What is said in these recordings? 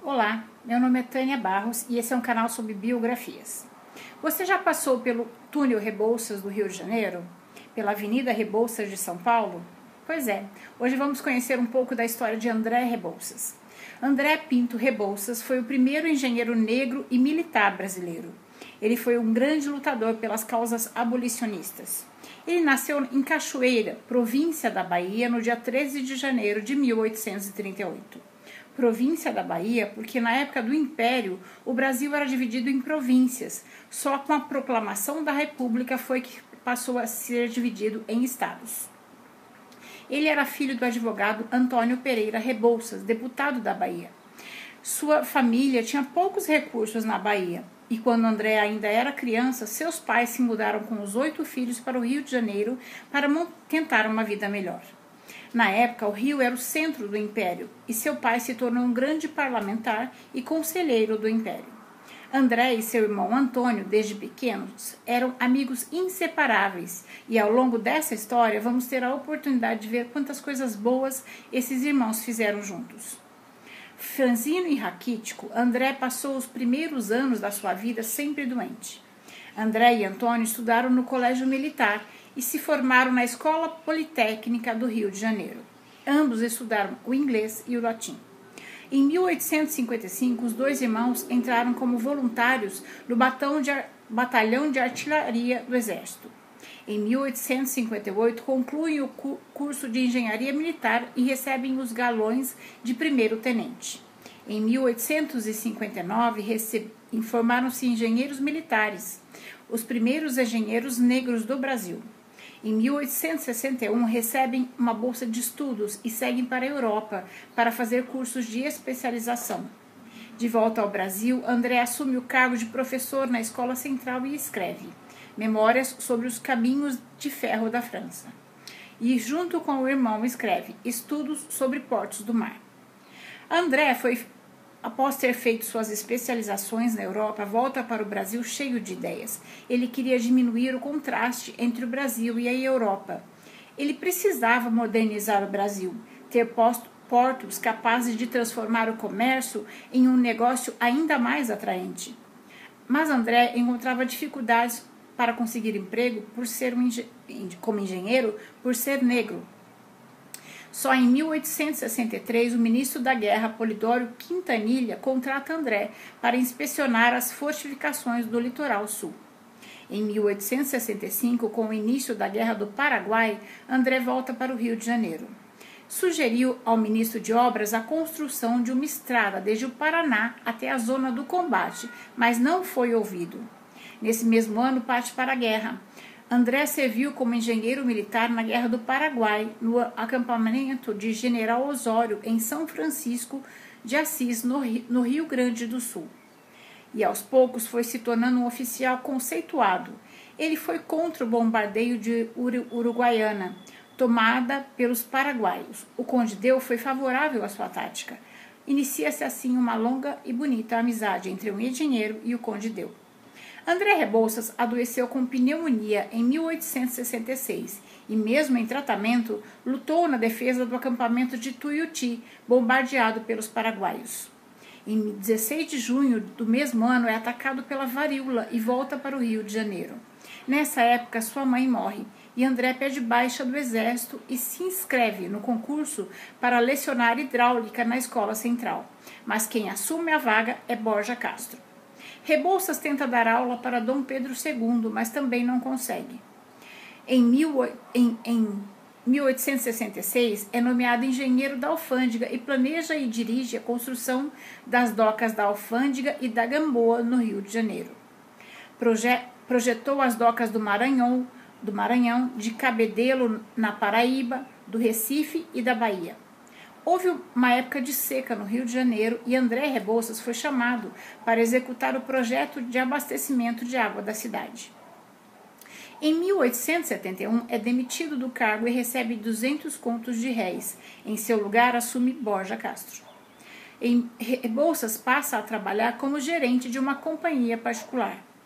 Olá, meu nome é Tânia Barros e esse é um canal sobre biografias. Você já passou pelo túnel Rebouças do Rio de Janeiro? Pela Avenida Rebouças de São Paulo? Pois é, hoje vamos conhecer um pouco da história de André Rebouças. André Pinto Rebouças foi o primeiro engenheiro negro e militar brasileiro. Ele foi um grande lutador pelas causas abolicionistas. Ele nasceu em Cachoeira, província da Bahia, no dia 13 de janeiro de 1838. Província da Bahia, porque na época do Império o Brasil era dividido em províncias. Só com a proclamação da República foi que passou a ser dividido em estados. Ele era filho do advogado Antônio Pereira Rebouças, deputado da Bahia. Sua família tinha poucos recursos na Bahia e quando André ainda era criança, seus pais se mudaram com os 8 filhos para o Rio de Janeiro para tentar uma vida melhor. Na época, o Rio era o centro do Império e seu pai se tornou um grande parlamentar e conselheiro do Império. André e seu irmão Antônio, desde pequenos, eram amigos inseparáveis e ao longo dessa história vamos ter a oportunidade de ver quantas coisas boas esses irmãos fizeram juntos. Franzino e raquítico, André passou os primeiros anos da sua vida sempre doente. André e Antônio estudaram no colégio militar e se formaram na Escola Politécnica do Rio de Janeiro. Ambos estudaram o inglês e o latim. Em 1855, os dois irmãos entraram como voluntários no Batalhão de Artilharia do Exército. Em 1858, concluem o curso de Engenharia Militar e recebem os galões de primeiro-tenente. Em 1859, formaram-se engenheiros militares, os primeiros engenheiros negros do Brasil. Em 1861, recebem uma bolsa de estudos e seguem para a Europa para fazer cursos de especialização. De volta ao Brasil, André assume o cargo de professor na Escola Central e escreve Memórias sobre os Caminhos de Ferro da França. E, junto com o irmão, escreve Estudos sobre Portos do Mar. André após ter feito suas especializações na Europa, volta para o Brasil cheio de ideias. Ele queria diminuir o contraste entre o Brasil e a Europa. Ele precisava modernizar o Brasil, ter portos capazes de transformar o comércio em um negócio ainda mais atraente. Mas André encontrava dificuldades para conseguir emprego como engenheiro por ser negro. Só em 1863, o ministro da Guerra, Polidoro Quintanilha, contrata André para inspecionar as fortificações do litoral sul. Em 1865, com o início da Guerra do Paraguai, André volta para o Rio de Janeiro. Sugeriu ao ministro de Obras a construção de uma estrada desde o Paraná até a zona do combate, mas não foi ouvido. Nesse mesmo ano, parte para a guerra. André serviu como engenheiro militar na Guerra do Paraguai, no acampamento de General Osório, em São Francisco de Assis, no Rio Grande do Sul. E aos poucos foi se tornando um oficial conceituado. Ele foi contra o bombardeio de Uruguaiana, tomada pelos paraguaios. O Conde Deu foi favorável à sua tática. Inicia-se assim uma longa e bonita amizade entre um engenheiro e o Conde Deu. André Rebouças adoeceu com pneumonia em 1866 e, mesmo em tratamento, lutou na defesa do acampamento de Tuiuti, bombardeado pelos paraguaios. Em 16 de junho do mesmo ano, é atacado pela varíola e volta para o Rio de Janeiro. Nessa época, sua mãe morre e André pede baixa do exército e se inscreve no concurso para lecionar hidráulica na Escola Central. Mas quem assume a vaga é Borja Castro. Rebouças tenta dar aula para Dom Pedro II, mas também não consegue. Em 1866, é nomeado engenheiro da Alfândega e planeja e dirige a construção das docas da Alfândega e da Gamboa, no Rio de Janeiro. Projetou as docas do Maranhão, de Cabedelo, na Paraíba, do Recife e da Bahia. Houve uma época de seca no Rio de Janeiro e André Rebouças foi chamado para executar o projeto de abastecimento de água da cidade. Em 1871, é demitido do cargo e recebe 200 contos de réis. Em seu lugar, assume Borja Castro. Rebouças passa a trabalhar como gerente de uma companhia particular.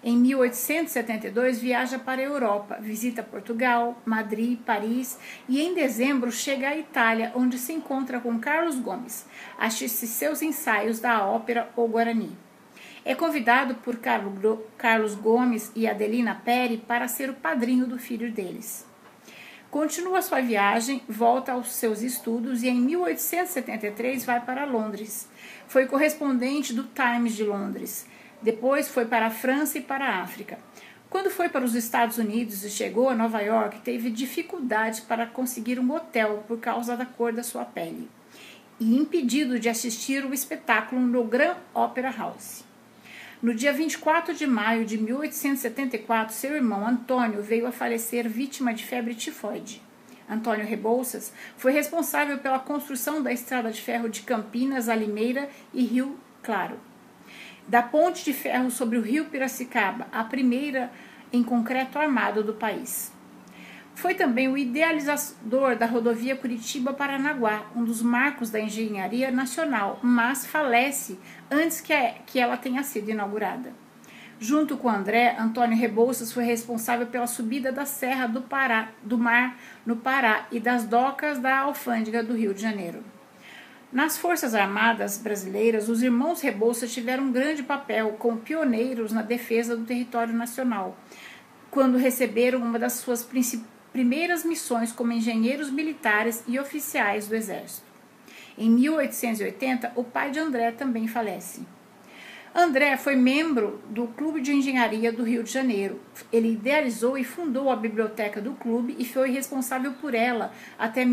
Em 1872, viaja para a Europa, visita Portugal, Madrid, Paris e em dezembro chega à Itália, onde se encontra com Carlos Gomes, assiste seus ensaios da ópera O Guarani. É convidado por Carlos Gomes e Adelina Peri para ser o padrinho do filho deles. Continua sua viagem, volta aos seus estudos e em 1873 vai para Londres. Foi correspondente do Times de Londres. Depois foi para a França e para a África. Quando foi para os Estados Unidos e chegou a Nova York, teve dificuldade para conseguir um hotel por causa da cor da sua pele e impedido de assistir o espetáculo no Grand Opera House. No dia 24 de maio de 1874, seu irmão Antônio veio a falecer vítima de febre tifoide. Antônio Rebouças foi responsável pela construção da estrada de ferro de Campinas a Limeira e Rio Claro, da ponte de ferro sobre o rio Piracicaba, a primeira em concreto armado do país. Foi também o idealizador da rodovia Curitiba-Paranaguá, um dos marcos da engenharia nacional, mas falece antes que ela tenha sido inaugurada. Junto com André, Antônio Rebouças foi responsável pela subida da Serra do Mar no Pará e das docas da Alfândega do Rio de Janeiro. Nas Forças Armadas brasileiras, os irmãos Rebouças tiveram um grande papel como pioneiros na defesa do território nacional, quando receberam uma das suas primeiras missões como engenheiros militares e oficiais do Exército. Em 1880, o pai de André também falece. André foi membro do Clube de Engenharia do Rio de Janeiro. Ele idealizou e fundou a biblioteca do clube e foi responsável por ela até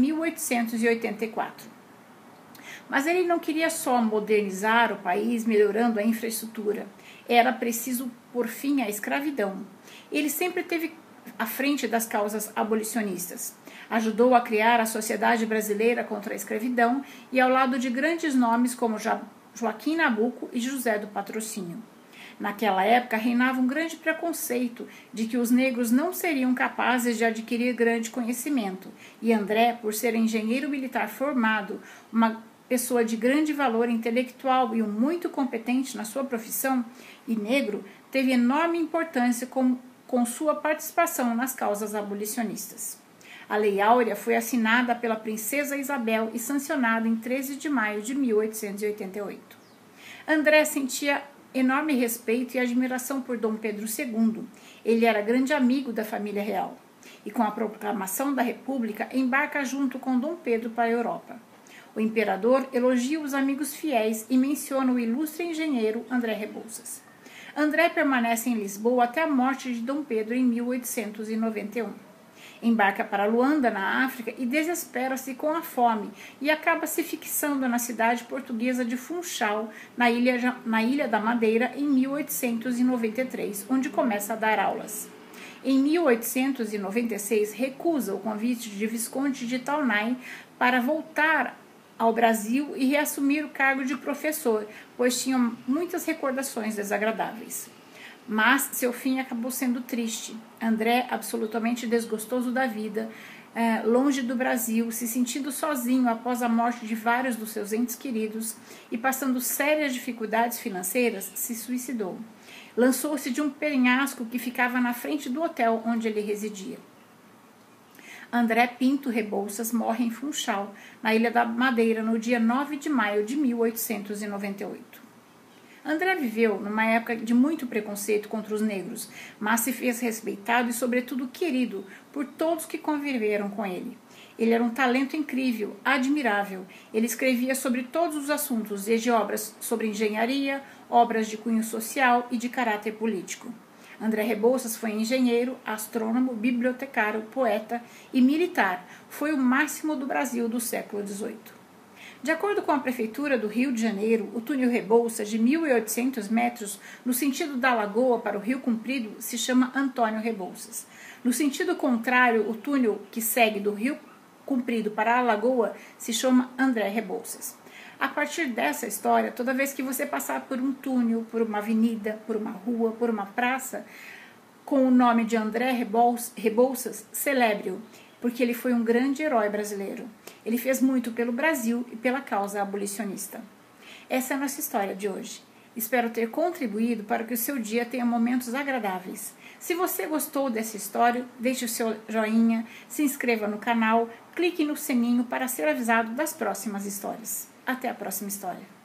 1884. Mas ele não queria só modernizar o país, melhorando a infraestrutura. Era preciso pôr fim à escravidão. Ele sempre esteve à frente das causas abolicionistas. Ajudou a criar a Sociedade Brasileira contra a Escravidão e ao lado de grandes nomes como Joaquim Nabuco e José do Patrocínio. Naquela época reinava um grande preconceito de que os negros não seriam capazes de adquirir grande conhecimento, e André, por ser engenheiro militar formado, uma pessoa de grande valor intelectual e muito competente na sua profissão, e negro, teve enorme importância com sua participação nas causas abolicionistas. A Lei Áurea foi assinada pela Princesa Isabel e sancionada em 13 de maio de 1888. André sentia enorme respeito e admiração por Dom Pedro II. Ele era grande amigo da família real. E com a proclamação da República, embarca junto com Dom Pedro para a Europa. O imperador elogia os amigos fiéis e menciona o ilustre engenheiro André Rebouças. André permanece em Lisboa até a morte de Dom Pedro em 1891. Embarca para Luanda, na África, e desespera-se com a fome e acaba se fixando na cidade portuguesa de Funchal, na Ilha da Madeira, em 1893, onde começa a dar aulas. Em 1896, recusa o convite de Visconde de Taunay para voltar ao Brasil e reassumir o cargo de professor, pois tinha muitas recordações desagradáveis. Mas seu fim acabou sendo triste. André, absolutamente desgostoso da vida, longe do Brasil, se sentindo sozinho após a morte de vários dos seus entes queridos e passando sérias dificuldades financeiras, se suicidou. Lançou-se de um penhasco que ficava na frente do hotel onde ele residia. André Pinto Rebouças morre em Funchal, na Ilha da Madeira, no dia 9 de maio de 1898. André viveu numa época de muito preconceito contra os negros, mas se fez respeitado e, sobretudo, querido por todos que conviveram com ele. Ele era um talento incrível, admirável. Ele escrevia sobre todos os assuntos, desde obras sobre engenharia, obras de cunho social e de caráter político. André Rebouças foi engenheiro, astrônomo, bibliotecário, poeta e militar. Foi o máximo do Brasil do século XVIII. De acordo com a Prefeitura do Rio de Janeiro, o túnel Rebouças, de 1.800 metros, no sentido da Lagoa para o Rio Comprido, se chama Antônio Rebouças. No sentido contrário, o túnel que segue do Rio Comprido para a Lagoa se chama André Rebouças. A partir dessa história, toda vez que você passar por um túnel, por uma avenida, por uma rua, por uma praça, com o nome de André Rebouças, celebre-o, porque ele foi um grande herói brasileiro. Ele fez muito pelo Brasil e pela causa abolicionista. Essa é a nossa história de hoje. Espero ter contribuído para que o seu dia tenha momentos agradáveis. Se você gostou dessa história, deixe o seu joinha, se inscreva no canal, clique no sininho para ser avisado das próximas histórias. Até a próxima história.